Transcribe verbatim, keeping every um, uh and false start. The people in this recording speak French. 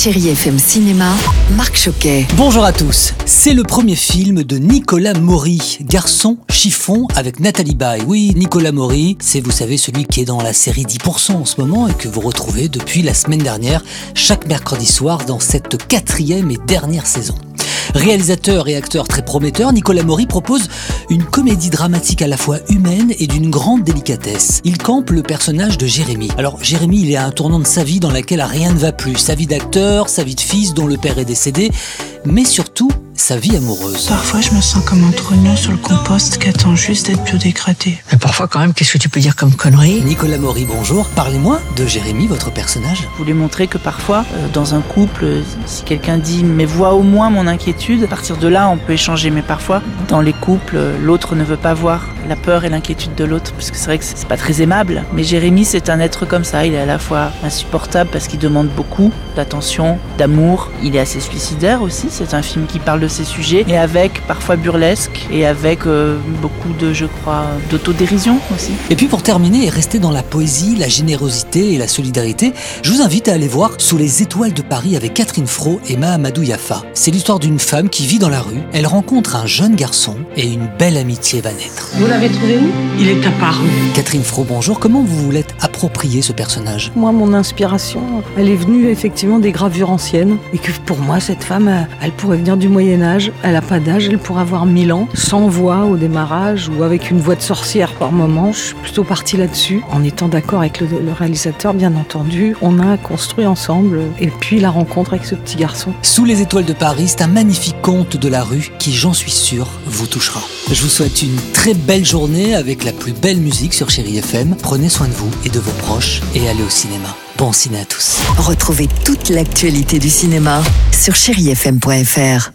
Chérie F M Cinéma, Marc Choquet. Bonjour à tous, c'est le premier film de Nicolas Maury, Garçon chiffon avec Nathalie Baye. Oui, Nicolas Maury, c'est, vous savez, celui qui est dans la série dix pour cent en ce moment et que vous retrouvez depuis la semaine dernière, chaque mercredi soir dans cette quatrième et dernière saison. Réalisateur et acteur très prometteur, Nicolas Maury propose une comédie dramatique à la fois humaine et d'une grande délicatesse. Il campe le personnage de Jérémy. Alors Jérémy, il est à un tournant de sa vie dans laquelle rien ne va plus. Sa vie d'acteur, sa vie de fils dont le père est décédé, mais surtout sa vie amoureuse. Parfois je me sens comme un trognon sur le compost qui attend juste d'être biodégradé. Mais parfois quand même, qu'est-ce que tu peux dire comme connerie ? Nicolas Maury, bonjour. Parlez-moi de Jérémy, votre personnage. Je voulais montrer que parfois, euh, dans un couple, euh, si quelqu'un dit « mais vois au moins mon inquiétude », à partir de là, on peut échanger. Mais parfois, dans les couples, euh, l'autre ne veut pas voir la peur et l'inquiétude de l'autre, parce que c'est vrai que c'est pas très aimable. Mais Jérémy, c'est un être comme ça. Il est à la fois insupportable parce qu'il demande beaucoup d'attention, d'amour. Il est assez suicidaire aussi. C'est un film qui parle de ces sujets, et avec parfois burlesque, et avec euh, beaucoup de, je crois, d'autodérision aussi. Et puis pour terminer et rester dans la poésie, la générosité et la solidarité, je vous invite à aller voir Sous les étoiles de Paris avec Catherine Fro et Mahamadou Yafa. C'est l'histoire d'une femme qui vit dans la rue. Elle rencontre un jeune garçon et une belle amitié va naître. Vous l'avez trouvé où ? Il est apparu. Catherine Fro, bonjour. Comment vous vous l'êtes approprié ce personnage ? Moi, mon inspiration, elle est venue effectivement des gravures anciennes. Et que pour moi, cette femme, elle pourrait venir du Moyen-Âge. Elle n'a pas d'âge, elle pourrait avoir mille ans, sans voix au démarrage ou avec une voix de sorcière par moment. Je suis plutôt partie là-dessus. En étant d'accord avec le, le réalisateur, bien entendu, on a construit ensemble. Et puis la rencontre avec ce petit garçon. Sous les étoiles de Paris, c'est un magnifique conte de la rue qui, j'en suis sûr, vous touchera. Je vous souhaite une très belle journée avec la plus belle musique sur Chérie F M. Prenez soin de vous et de vos proches et allez au cinéma. Bon ciné à tous. Retrouvez toute l'actualité du cinéma sur chérie f m point f r.